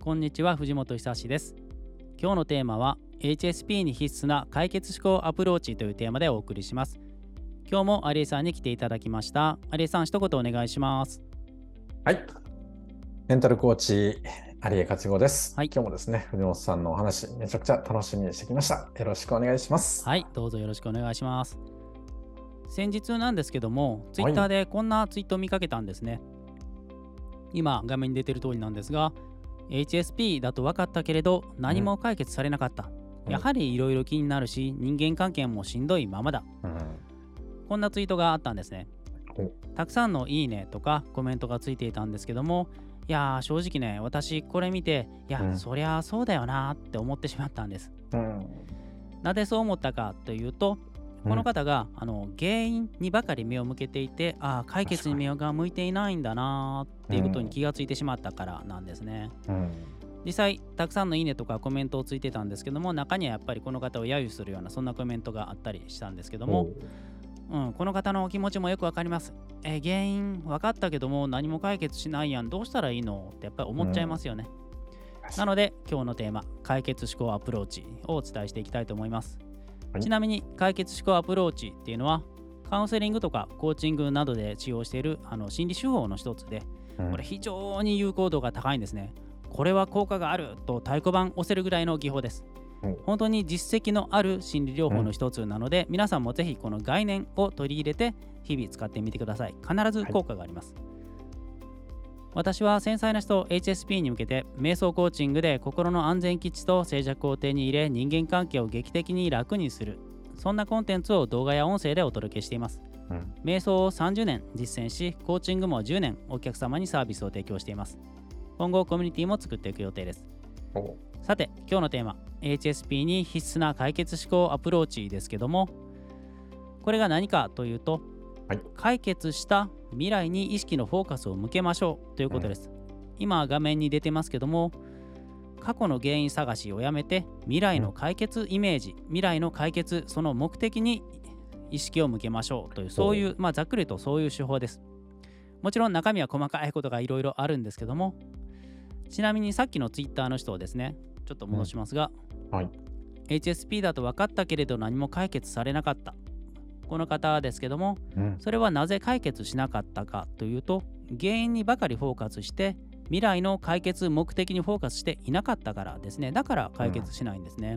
こんにちは、藤本久志です。今日のテーマは HSP に必須な解決思考アプローチというテーマでお送りします。今日も有江さんに来ていただきました。有江さん、一言お願いします。 はい。メンタルコーチ、有江克吾です。 はい、 今日もですね、藤本さんのお話、めちゃくちゃ楽しみにしてきました。よろしくお願いします。 はい、どうぞよろしくお願いします。先日なんですけども、ツイッターはい。 でこんなツイートを見かけたんですね。今画面に出ている通りなんですが、HSP だと分かったけれど何も解決されなかった。やはりいろいろ気になるし、人間関係もしんどいままだ。こんなツイートがあったんですね。たくさんのいいねとかコメントがついていたんですけども、いやー正直ね、私これ見て、そりゃそうだよなーって思ってしまったんです。なぜそう思ったかというと、この方が原因にばかり目を向けていて、解決に目が向いていないんだなーっていうことに気がついてしまったからなんですね。実際たくさんのいいねとかコメントをついてたんですけども、中にはやっぱりこの方を揶揄するようなそんなコメントがあったりしたんですけども、この方の気持ちもよくわかります。原因分かったけども何も解決しないやん、どうしたらいいのってやっぱり思っちゃいますよね。なので今日のテーマ、解決思考アプローチをお伝えしていきたいと思います。ちなみに解決思考アプローチっていうのはカウンセリングとかコーチングなどで使用している心理手法の一つで、これ非常に有効度が高いんですね。これは効果があると太鼓判押せるぐらいの技法です。本当に実績のある心理療法の一つなので、皆さんもぜひこの概念を取り入れて日々使ってみてください。必ず効果があります。私は繊細な人 HSP に向けて瞑想コーチングで心の安全基地と静寂を手に入れ、人間関係を劇的に楽にする、そんなコンテンツを動画や音声でお届けしています。瞑想を30年実践し、コーチングも10年お客様にサービスを提供しています。今後コミュニティも作っていく予定です。さて今日のテーマ、 HSP に必須な解決思考アプローチですけども、これが何かというと、解決した未来に意識のフォーカスを向けましょうということです。今画面に出てますけども、過去の原因探しをやめて未来の解決イメージ、未来の解決、その目的に意識を向けましょうという、そういう、ざっくりとそういう手法です。もちろん中身は細かいことがいろいろあるんですけども、ちなみにさっきのツイッターの人をですね、ちょっと戻しますが、HSP だと分かったけれど何も解決されなかった、この方ですけども、それはなぜ解決しなかったかというと、原因にばかりフォーカスして未来の解決目的にフォーカスしていなかったからですね。だから解決しないんですね。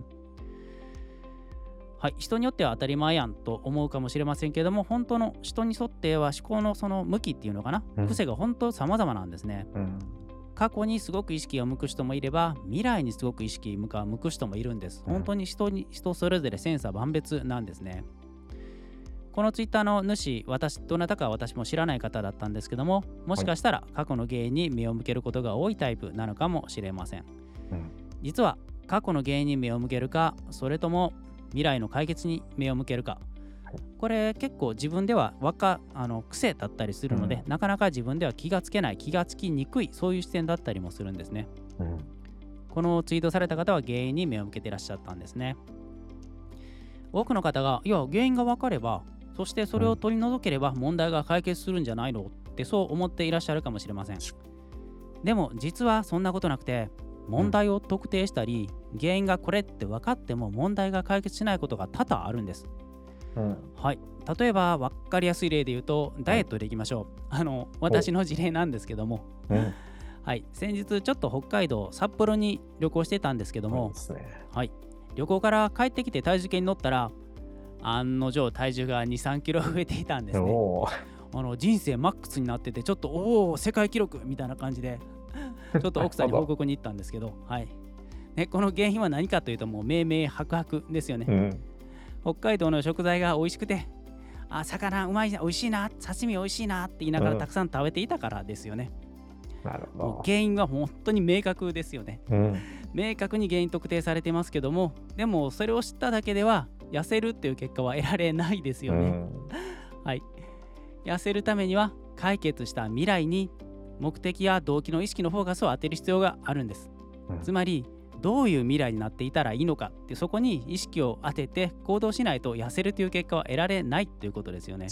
人によっては当たり前やんと思うかもしれませんけども、本当の人に沿っては思考のその向きっていうのかな、癖が本当様々なんですね。過去にすごく意識を向く人もいれば、未来にすごく意識を向く人もいるんです。本当に人それぞれ千差万別なんですね。このツイッターの主、どなたかは私も知らない方だったんですけども、もしかしたら過去の原因に目を向けることが多いタイプなのかもしれません。実は過去の原因に目を向けるか、それとも未来の解決に目を向けるか、これ結構自分では癖だったりするので、なかなか自分では気がつきにくい、そういう視点だったりもするんですね。このツイートされた方は原因に目を向けていらっしゃったんですね。多くの方が、原因が分かれば、そしてそれを取り除ければ問題が解決するんじゃないのってそう思っていらっしゃるかもしれません。でも実はそんなことなくて、問題を特定したり、原因がこれって分かっても問題が解決しないことが多々あるんです。例えば分かりやすい例で言うと、ダイエットでいきましょう。私の事例なんですけども、先日ちょっと北海道札幌に旅行してたんですけども、旅行から帰ってきて体重計に乗ったら、案の定体重が 2,3 キロ増えていたんですね。人生マックスになってて、ちょっと世界記録みたいな感じでちょっと奥さんに報告に行ったんですけどこの原因は何かというと、もう明々白々ですよね。北海道の食材が美味しくて、魚うまいな、美味しいな、刺身美味しいなって言いながらたくさん食べていたからですよね。原因は本当に明確ですよね。明確に原因特定されてますけども、でもそれを知っただけでは痩せるっていう結果は得られないですよね。痩せるためには解決した未来に目的や動機の意識のフォーカスを当てる必要があるんです。つまりどういう未来になっていたらいいのかって、そこに意識を当てて行動しないと痩せるという結果は得られないということですよね。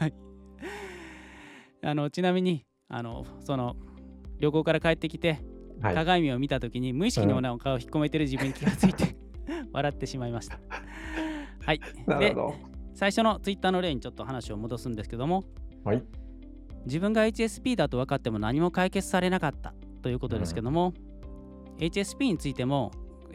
ちなみにその旅行から帰ってきてはい。 鏡を見た時に無意識にお腹を引っ込めてる自分に気がついて笑ってしまいました。はい。で、 なるほど。 最初のツイッターの例にちょっと話を戻すんですけども、 はい。 自分が HSP だと分かっても何も解決されなかったということですけども、HSP についても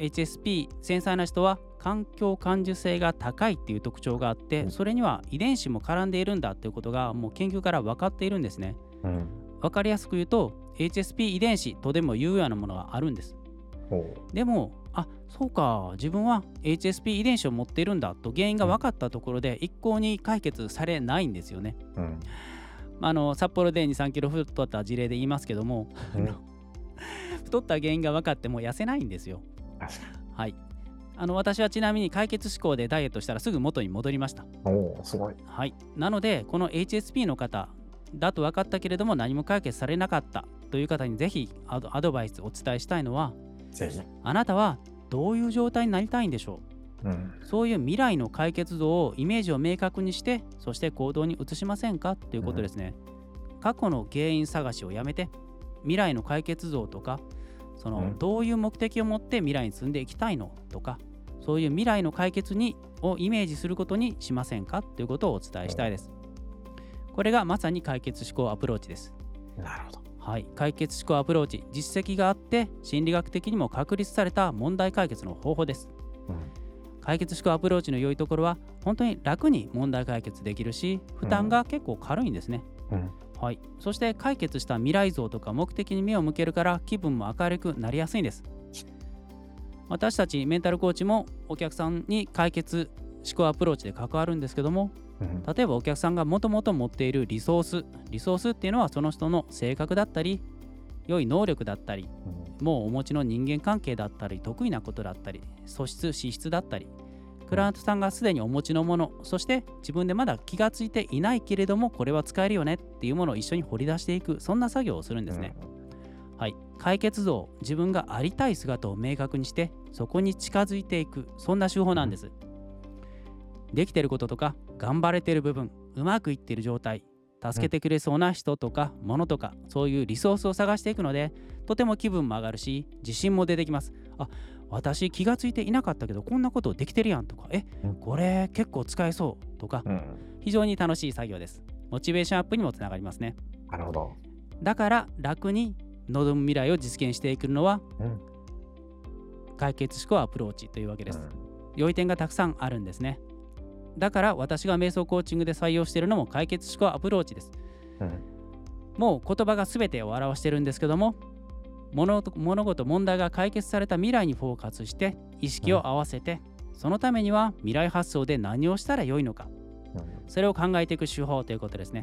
HSP 繊細な人は環境感受性が高いっていう特徴があって、それには遺伝子も絡んでいるんだということがもう研究から分かっているんですね。 うん。 分かりやすく言うと HSP 遺伝子とでも言うようなものがあるんです。 ほう。 でもそうか、自分は HSP 遺伝子を持っているんだと原因が分かったところで一向に解決されないんですよね。 うん。 札幌で2、3キロ太った事例で言いますけども、 うん。 太った原因が分かっても痩せないんですよ。 確かに。 はい。私はちなみに解決思考でダイエットしたらすぐ元に戻りました。 おお、すごい。 はい。なので、この HSP の方だと分かったけれども何も解決されなかったという方にぜひアドバイスをお伝えしたいのは、 ぜひ。 あなたはどういう状態になりたいんでしょう。 うん。 そういう未来の解決像をイメージを明確にして、そして行動に移しませんかということですね。過去の原因探しをやめて、未来の解決像とか、どういう目的を持って未来に進んでいきたいのとか、そういう未来の解決をイメージすることにしませんかということをお伝えしたいです。これがまさに解決思考アプローチです。 なるほど。 はい、解決思考アプローチ、実績があって心理学的にも確立された問題解決の方法です。解決思考アプローチの良いところは本当に楽に問題解決できるし、負担が結構軽いんですね。はい、そして解決した未来像とか目的に目を向けるから気分も明るくなりやすいんです。私たちメンタルコーチもお客さんに解決思考アプローチで関わるんですけども、例えばお客さんがもともと持っているリソースっていうのはその人の性格だったり良い能力だったり、もうお持ちの人間関係だったり得意なことだったり素質資質だったり、クライアントさんがすでにお持ちのもの、そして自分でまだ気がついていないけれどもこれは使えるよねっていうものを一緒に掘り出していく、そんな作業をするんですね。はい、解決像、自分がありたい姿を明確にしてそこに近づいていく、そんな手法なんです。できてることとか頑張れてる部分、うまくいってる状態、助けてくれそうな人とか物とか、そういうリソースを探していくので、とても気分も上がるし自信も出てきます。私気がついていなかったけどこんなことできてるやんとか、これ結構使えそうとか、非常に楽しい作業です。モチベーションアップにもつながりますね。 なるほど。 だから楽に望む未来を実現していくのは、解決思考アプローチというわけです。良い点がたくさんあるんですね。だから私が瞑想コーチングで採用しているのも解決思考アプローチです。もう言葉が全てを表してるんですけども、物事問題が解決された未来にフォーカスして意識を合わせて、そのためには未来発想で何をしたらよいのか、それを考えていく手法ということですね。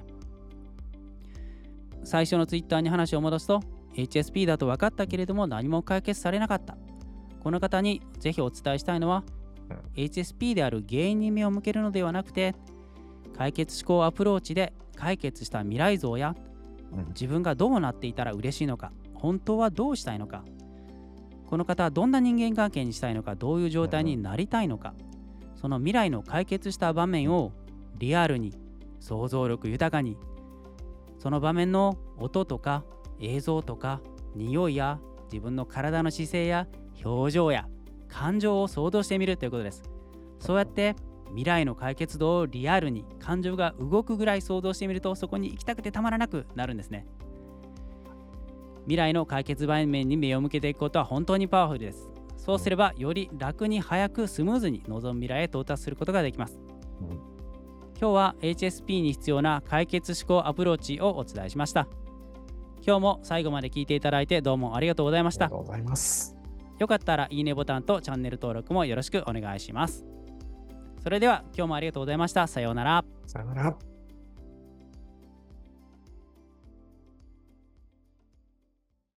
最初のツイッターに話を戻すと、 HSP だと分かったけれども何も解決されなかった、この方にぜひお伝えしたいのは、HSP である原因に目を向けるのではなくて、解決思考アプローチで解決した未来像や、自分がどうなっていたら嬉しいのか、本当はどうしたいのか、この方はどんな人間関係にしたいのか、どういう状態になりたいのか、その未来の解決した場面をリアルに想像力豊かに、その場面の音とか映像とか匂いや自分の体の姿勢や表情や感情を想像してみるということです。そうやって未来の解決度をリアルに感情が動くぐらい想像してみると、そこに行きたくてたまらなくなるんですね。未来の解決場面に目を向けていくことは本当にパワフルです。そうすればより楽に早くスムーズに望む未来へ到達することができます。今日は HSP に必要な解決思考アプローチをお伝えしました。今日も最後まで聞いていただいてどうもありがとうございました。 ありがとうございます。 よかったらいいねボタンとチャンネル登録もよろしくお願いします。それでは今日もありがとうございました。さようなら。 さよなら。